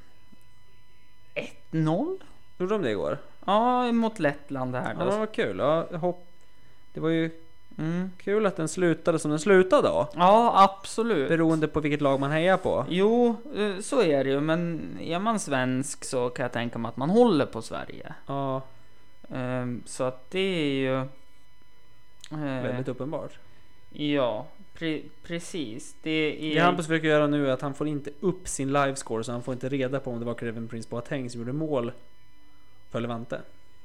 1-0. Gjorde de det igår? Ja, mot Lettland här. Ja, det var kul. Ja, det var ju kul att den slutade som den slutade då. Ja, absolut. Beroende på vilket lag man hejar på. Jo, så är det ju. Men är man svensk så kan jag tänka mig att man håller på Sverige. Ja. Så att det är ju... väldigt uppenbart. Ja, precis. Det Hampus försöker göra nu är att han får inte upp sin livescore, så han får inte reda på om det var Kevin Prince Boateng som gjorde mål för Levante.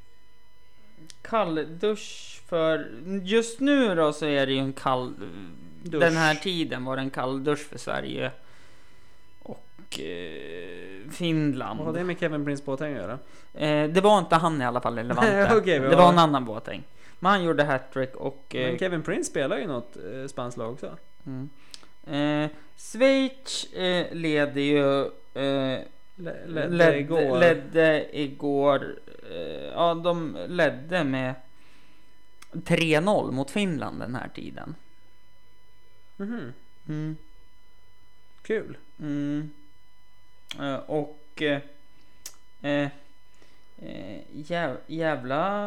Kalldusch för... Just nu då så är det ju en kall... Dusch. Den här tiden var det en kalldusch för Sverige och Finland. Vad har det med Kevin Prince Boateng att göra? Det var inte han i alla fall i Levante. Okay, det var en annan Boateng. Men han gjorde hattrick och... Men Kevin Prince spelar ju något spanskt lag också. Schweiz leder ju... ledde igår. Ja, de ledde med 3-0 mot Finland den här tiden. Kul. Och jävla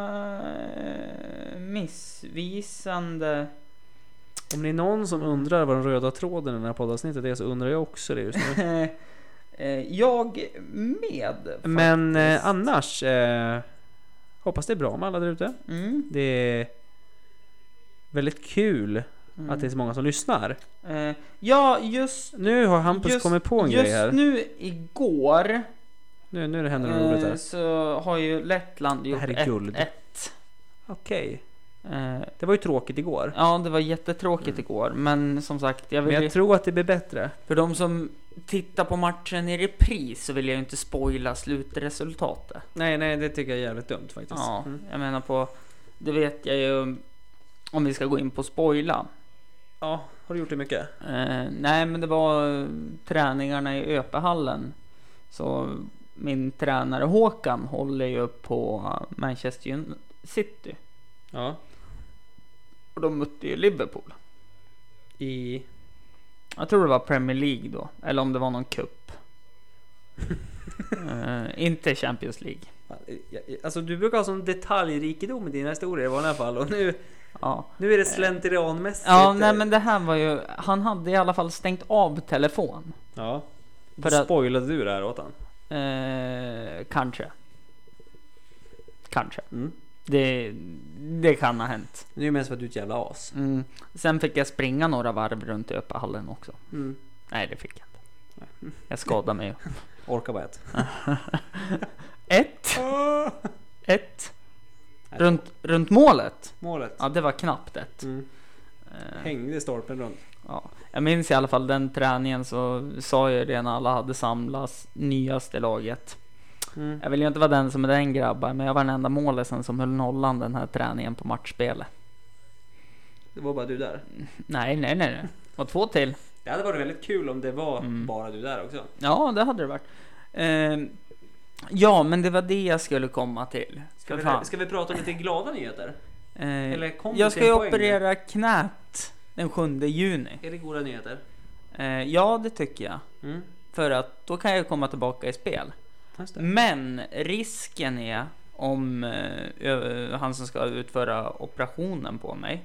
missvisande. Om det är någon som undrar vad den röda tråden i den här poddavsnittet är, så undrar jag också det just nu. Jag med faktiskt. Men annars hoppas det är bra med alla där ute. Det är väldigt kul att det är så många som lyssnar. Ja, just nu har Hampus kommit på en grej här. Just nu igår nu är det händer något roligt här. Så har ju Lettland gjort 1-1. Okej. Det var ju tråkigt igår. Ja, det var jättetråkigt igår. Men som sagt, men jag tror att det blir bättre. För de som tittar på matchen i repris så vill jag ju inte spoila slutresultatet. Nej, det tycker jag är jävligt dumt faktiskt. Ja, jag menar på... Det vet jag ju om vi ska gå in på spoila. Ja, har du gjort det mycket? Nej, men det var träningarna i Öpehallen. Så min tränare Håkan håller ju på Manchester City. Ja. Och de mötte ju Liverpool. I... Jag tror det var Premier League då. Eller om det var någon cup. Inte Champions League. Alltså du brukar ha sån detaljrikedom i dina historier i vanliga fall. Och nu är det slentrianmässigt. Ja, nej men det här var ju... Han hade i alla fall stängt av telefon. Ja. Då spoilade du det här åt han? Kanske. Det kan ha hänt. Det är ju mest för att du är ett jävla as. Sen fick jag springa några varv runt i Öppehallen också. Nej, det fick jag inte. Jag skadade mig. Orkar bara ett. Runt målet. Målet. Ja, det var knappt ett. Hängde stolpen runt. Ja, jag minns i alla fall den träningen, så sa jag det när alla hade samlats nyaste laget. Jag vill ju inte vara den som är den grabbar, men jag var den enda målisen som höll nollan den här träningen på matchspelet. Det var bara du där? Nej. Och 2 till. Det hade varit väldigt kul om det var bara du där också. Ja, det hade det varit. Ja, men det var det jag skulle komma till. Ska vi prata om lite glada nyheter? Eller jag ska ju operera knät den 7 juni. Är det goda nyheter? Ja, det tycker jag. För att då kan jag komma tillbaka i spel. Men risken är om han som ska utföra operationen på mig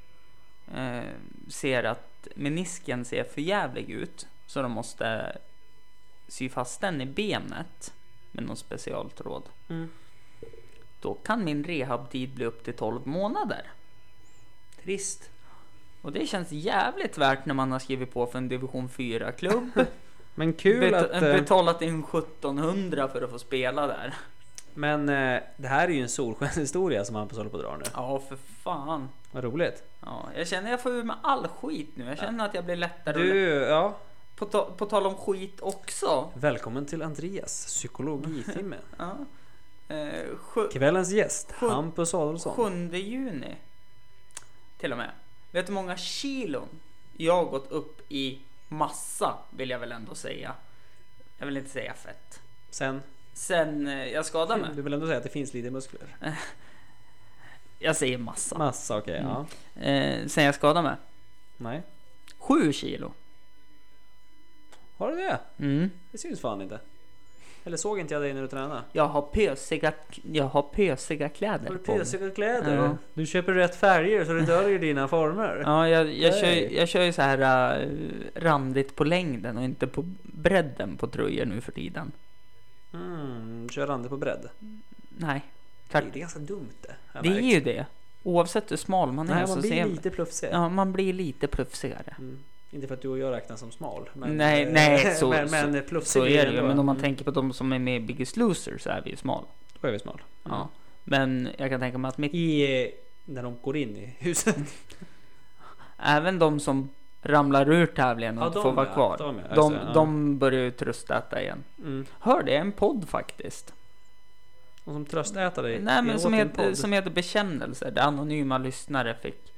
ser att menisken ser för jävlig ut, så de måste sy fast den i benet med någon specialtråd. Då kan min rehabtid bli upp till 12 månader. Trist. Och det känns jävligt värt när man har skrivit på för en division 4-klubb. Men kul att... Betalat in 1700 för att få spela där. Men det här är ju en solskenshistoria som han håller på att dra nu. Ja, för fan. Vad roligt. Ja, jag känner att jag får ur med all skit nu. Jag känner att jag blir lättare. Ja. På tal om skit också. Välkommen till Andreas psykologitimme. Ja. Kvällens gäst, Hampus Adolfsson. 7 juni. Till och med. Vet du hur många kilon jag har gått upp i massa, vill jag väl ändå säga. Jag vill inte säga fett. Sen jag skadade mig. Du vill ändå säga att det finns lite muskler. Jag säger massa. Okej, ja. Sen jag skadade mig. Nej. 7 kilo. Har du det? Det syns fan inte. Eller såg inte jag dig när du tränade? Jag har pösiga kläder. Har du pösiga kläder? Ja. Du köper rätt färger så det döljer dina former. Ja, jag kör ju så här randigt på längden och inte på bredden på tröjor nu för tiden. Kör randigt på bredd? Nej. Det är ganska dumt det. Det är ju det. Oavsett hur smal man är. Nej, man blir lite plufsigare. Ja, man blir lite plufsigare. Inte för att du och jag räknas som smal. Men, nej, så så är det ju. Men om man tänker på de som är med i Biggest Loser så är vi ju smal. Då är vi smal. Ja. Men jag kan tänka mig att när de går in i huset. Även de som ramlar ur tävlingen och får vara kvar. De börjar ju tröstäta igen. Hör det, en podd faktiskt. Och som tröstätare? Nej, men som heter Bekännelser. Där anonyma lyssnare fick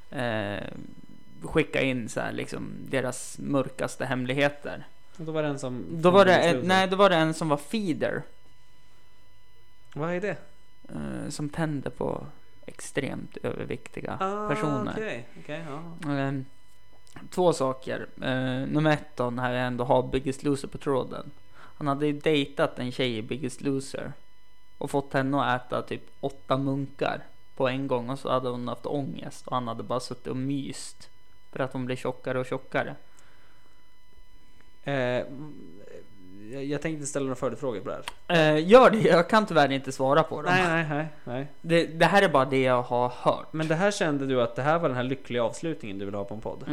skicka in så här, liksom, deras mörkaste hemligheter. Och då var det en som... Då var det en som var feeder. Vad är det? Som tände på extremt överviktiga personer. Okej, ja. 2 saker. Nummer 1 då, när jag ändå har Biggest Loser på tråden. Han hade ju dejtat en tjej i Biggest Loser och fått henne att äta typ 8 munkar på en gång, och så hade hon haft ångest och han hade bara suttit och myst för att hon blir tjockare och tjockare. Jag tänkte ställa några följdfrågor på det här. Gör det, jag kan tyvärr inte svara på dem. Nej. Det här är bara det jag har hört. Men det här kände du att det här var den här lyckliga avslutningen du vill ha på en podd?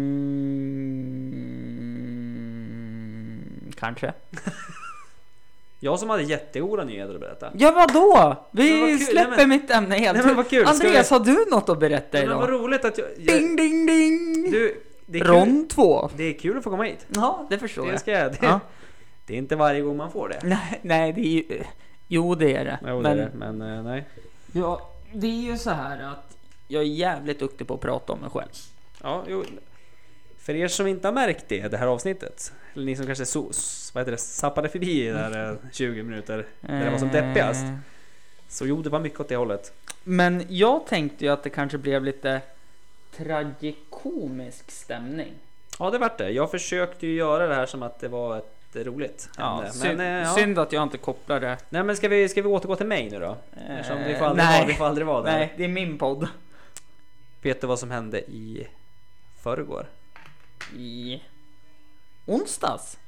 Kanske. Jag som hade jättegoda nyheter att berätta. Ja, vadå? Vi släpper mitt ämne helt. Nej, men vad kul. Andreas, har du något att berätta idag? Men vad roligt att Ding, ding, ding! Det är Ron 2. Det är kul att få komma hit. Ja, det förstår jag. Det är inte varje gång man får det. Nej, det är ju... Jo, det är det. Jo, det är det, men nej. Ja, det är ju så här att jag är jävligt duktig på att prata om mig själv. Ja, jo. För er som inte har märkt det här avsnittet, eller ni som kanske sappade förbi där 20 minuter där det var som deppigast, så jo, det var mycket åt det hållet. Men jag tänkte ju att det kanske blev lite tragikomisk stämning. Ja, det vart det. Jag försökte ju göra det här som att det var ett roligt ämne. Synd att jag inte kopplade det. Nej, men ska vi återgå till mig nu då? Eftersom vi får aldrig vara där. Nej, det är min podd. Vet du vad som hände i förrgår? I onsdags?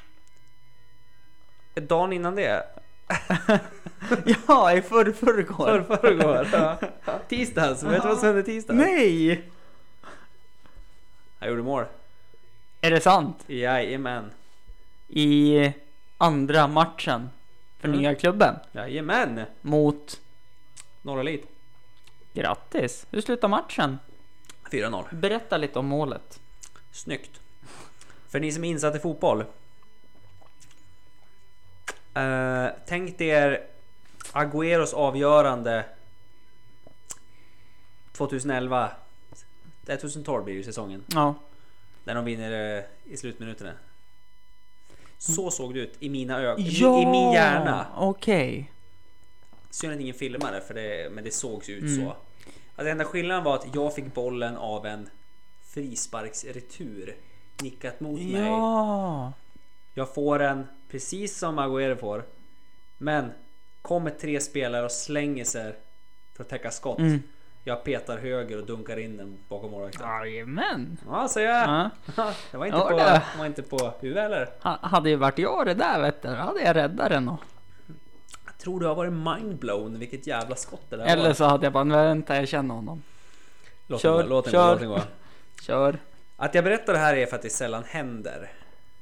Dagen innan det? Ja, i förrgår. Ja. Tisdags, vet du vad som hände tisdags? Nej! Jag gjorde mål. Är det sant? Jajamän. I andra matchen för nya klubben? Jajamän. Mot Norra Lid. Grattis. Hur slutar matchen? 4-0. Berätta lite om målet. Snyggt. För ni som är insatt i fotboll, tänk er Agüeros avgörande 2011. 2012 blir ju säsongen. Ja. När de vinner i slutminuterna. Så såg det ut i mina ögon, ja, i min hjärna. Okej. Synd att ingen filmade för det, men det sågs ut så. Alltså, enda skillnaden var att jag fick bollen av en frisparksretur nickat mot mig. Jag får en precis som Agüero får, men kommer 3 spelare och slänger sig för att täcka skott. Jag petar höger och dunkar in den bakom målvakten. Jajamän. Ja, så jag. Det var inte på huvudet eller? Hade ju varit jag det där, vet du. Hade jag räddat den. tror du har varit mindblown vilket jävla skott det där Eller var. så hade jag bara, vänta, jag känner honom. Låt Kör. den gå. Kör. Att jag berättar det här är för att det sällan händer.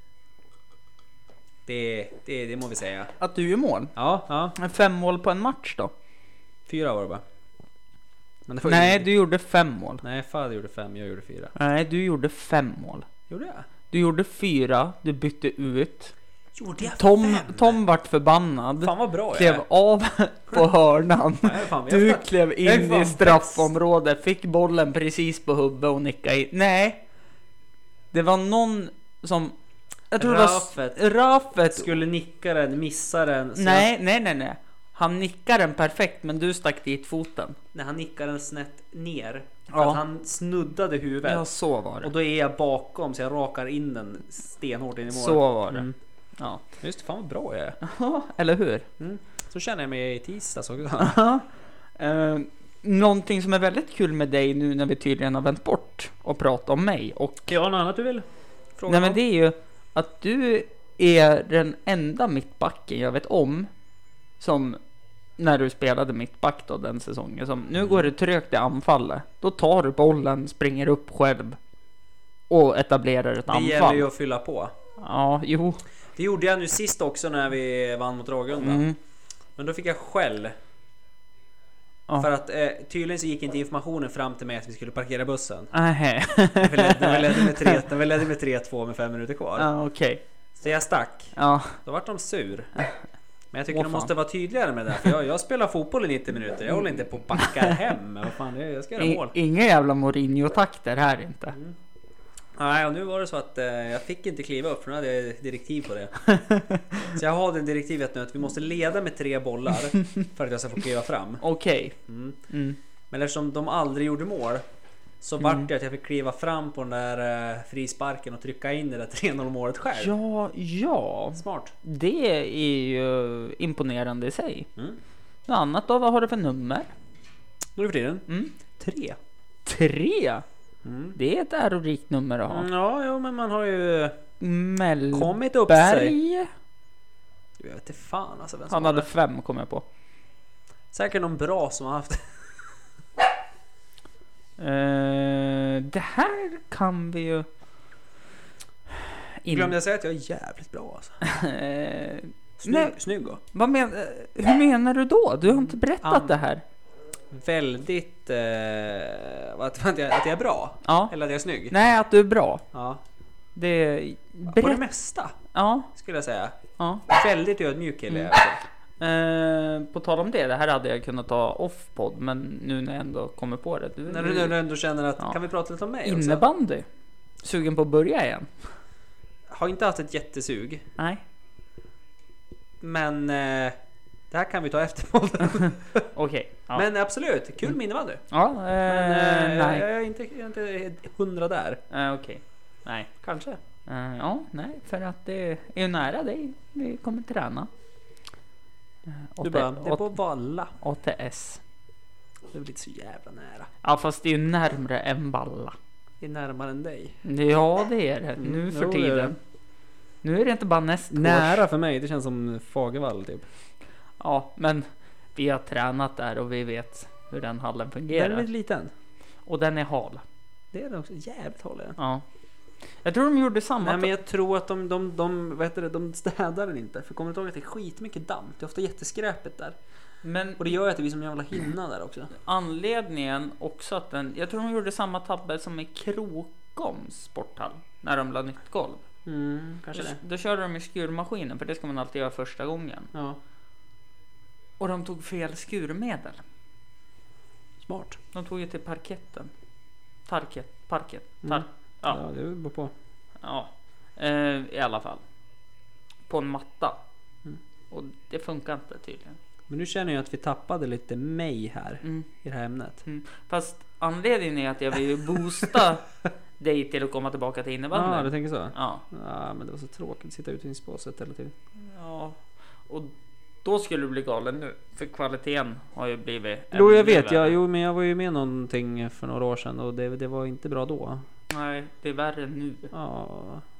Det må vi säga. Att du gör mål? Ja. 5 mål på en match då? 4 var det bara. Men det Nej, du gjorde 5 mål. Nej, Fader gjorde 5, jag gjorde 4. Nej, du gjorde 5 mål. Gjorde jag? Du gjorde 4, du bytte ut. Gjorde jag Tom vart förbannad. Fan vad bra klev av på hörnan. Nej, fan, du klev in i straffområdet, fick bollen precis på huvudet och nickade in. Nej, det var någon som... Jag tror Rafet skulle nicka den, missa den. Nej. Han nickade den perfekt, men du stack dit foten. Nej, han nickade den snett ner. För att han snuddade huvudet. Ja, så var det. Och då är jag bakom, så jag rakar in den stenhårt in i målet. Så var det. Ja. Just det, fan vad bra jag är. Ja, eller hur? Så känner jag mig i tisdags också. Någonting som är väldigt kul med dig nu när vi tydligen har vänt bort och pratat om mig. Och... Ja, något annat du vill fråga? Nej, men det är ju att du är den enda mittbacken jag vet om som när du spelade mittback då den säsongen. Som, nu går det trögt i anfallet. Då tar du bollen, springer upp själv och etablerar ett anfall. Det gäller ju att fylla på. Ja, jo. Det gjorde jag nu sist också när vi vann mot Ragunda. Men då fick jag skäll. Ja. För att tydligen så gick inte informationen fram till mig att vi skulle parkera bussen. Nej. Den ledde med 3-2 med 5 minuter kvar. Ja, okej. Så jag stack. Ja. Då vart de sur. Men jag tycker de måste vara tydligare med det. För jag spelar fotboll i 90 minuter. Jag håller inte på att backa hem. Vad fan, jag ska göra mål. Inga jävla Mourinho-takter här inte. Nej, och nu var det så att jag fick inte kliva upp för nu hade jag direktiv på det. Så jag har det direktivet nu att vi måste leda med 3 bollar för att jag ska få kliva fram. Okej. Men eftersom de aldrig gjorde mål så vart det att jag fick kliva fram på den där frisparken och trycka in det där 3-0 målet själv. Ja. Smart. Det är ju imponerande i sig. Något annat då? Vad har du för nummer? Nu för tiden? 3. 3? Det är ett ärorikt nummer att ha. Ja, men man har ju kommit upp sig. Jag vet inte fan alltså, vem som han hade 5 kom jag på. Säkert någon bra som har haft. Det här kan vi ju glömde jag säga att jag är jävligt bra alltså. Snygg då. Hur menar du då? Du har inte berättat det här. Väldigt att jag är bra. Ja. Eller att jag är snygg. Nej, att du är bra. Ja. På det mesta. Ja. Skulle jag säga. Ja. Väldigt ödmjuk kille. På tal om det här hade jag kunnat ta off-podd, men nu när jag ändå kommer på det. När du ändå känner att kan vi prata lite om mig också? Innebandy. Sugen på att börja igen. Har inte haft ett jättesug. Nej. Men det här kan vi ta efter podden. Okej. Ja. Men absolut, kul med innebandy. Ja, nej. Nej. Jag är inte 100 där. Okej. Nej. Kanske. Ja, nej, för att det är ju nära dig. Vi kommer träna. Du bara, det är på Valla. ATS. Det är lite så jävla nära. Ja, fast det är ju närmare än Valla. Det är närmare än dig. Ja, det är det. Nu för tiden. Nu är det inte bara nästgårds. Nära för mig, det känns som Fagervall typ. Ja, men vi har tränat där och vi vet hur den hallen fungerar. Den är liten. Och den är hal. Det är den också, jävligt hal. Ja. Jag tror de gjorde samma. Nej, men jag tror att de städar den inte. För kommer du ihåg att det är skitmycket damm. Det är ofta jätteskräpet där. Och det gör att det blir som jävla hinna där också. Anledningen också att jag tror de gjorde samma tabbe som i Krokoms sporthall. När de la nytt golv. Kanske det. Då körde de i skurmaskinen, för det ska man alltid göra första gången. Ja. Och de tog fel skurmedel. Smart. De tog ju till parketten. Parket. Ja, det beror på. Ja, i alla fall. På en matta. Och det funkar inte tydligen. Men nu känner jag att vi tappade lite mig här i det här ämnet. Fast anledningen är att jag vill boosta dig till att komma tillbaka till innebandy. Ja, du tänker så? Ja. Men det var så tråkigt att sitta ute i spåset hela tiden. Ja, och då skulle du bli galen nu. För kvaliteten har ju blivit... Jo, jag vet. Men jag var ju med någonting för några år sedan och det var inte bra då. Nej, det är värre nu. Ja.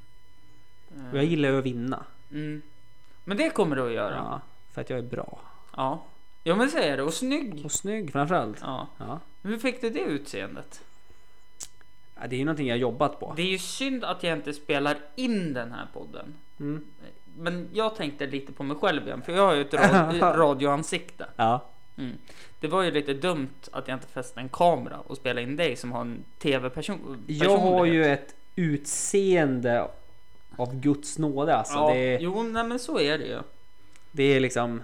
Och jag gillar ju att vinna. Men det kommer du att göra. Ja, för att jag är bra. Ja. Ja, men så är det. Och snygg. Och snygg framförallt. Ja. Hur fick du det utseendet? Ja, det är ju någonting jag jobbat på. Det är ju synd att jag inte spelar in den här podden. Men jag tänkte lite på mig själv igen. För jag har ju ett radioansikte. Ja. Det var ju lite dumt att jag inte fäste en kamera och spelade in dig som har en tv-person. Jag har ju ett utseende av Guds nåde. Alltså. Ja, det är, jo, nej, men så är det ju. Det är liksom...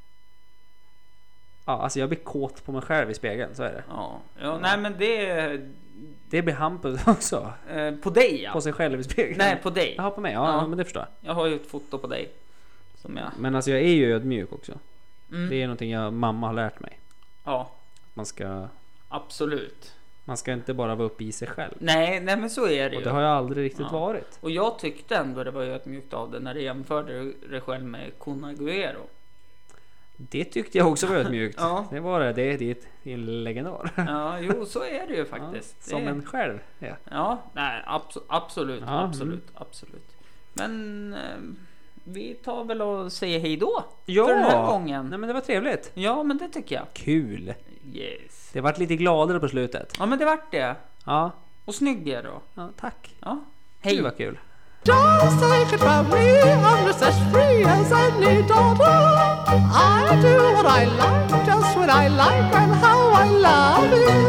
Ja, alltså jag blir kåt på mig själv i spegeln, så är det. Ja, nej men det... Det blir Hampus också. På dig, ja. På sig själv i spegeln. Nej, på dig. Jaha, på mig. Ja, men det förstår jag. Jag har ju ett foto på dig. Som jag... Men alltså jag är ju ödmjuk också. Det är någonting mamma har lärt mig. Ja. Man ska... Absolut. Man ska inte bara vara uppe i sig själv. Nej men så är det ju. Och det har jag aldrig riktigt varit. Och jag tyckte ändå det var ödmjukt av det när du jämförde dig själv med Kun Aguero. Det tyckte jag också var ödmjukt. Det var det. Det är en legendar. Ja, jo, så är det ju faktiskt. Som en själv. Ja, nej, absolut. Absolut. Men vi tar väl och säger hej då. För den här gången. Nej, men det var trevligt. Ja, men det tycker jag. Kul. Yes. Det vart lite gladare på slutet. Ja, men det vart det. Ja. Och snygg är då. Ja, tack. Ja. Hej. Det var kul. Just take it from me, I'm just as free as any daughter. I do what I like, just when I like, and how I love it.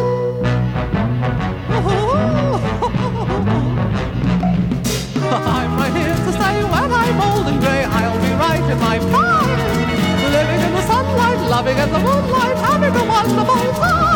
I'm right here to stay when I'm old and grey. I'll be right in my prime, living in the sunlight, loving in the moonlight, having a wonderful time.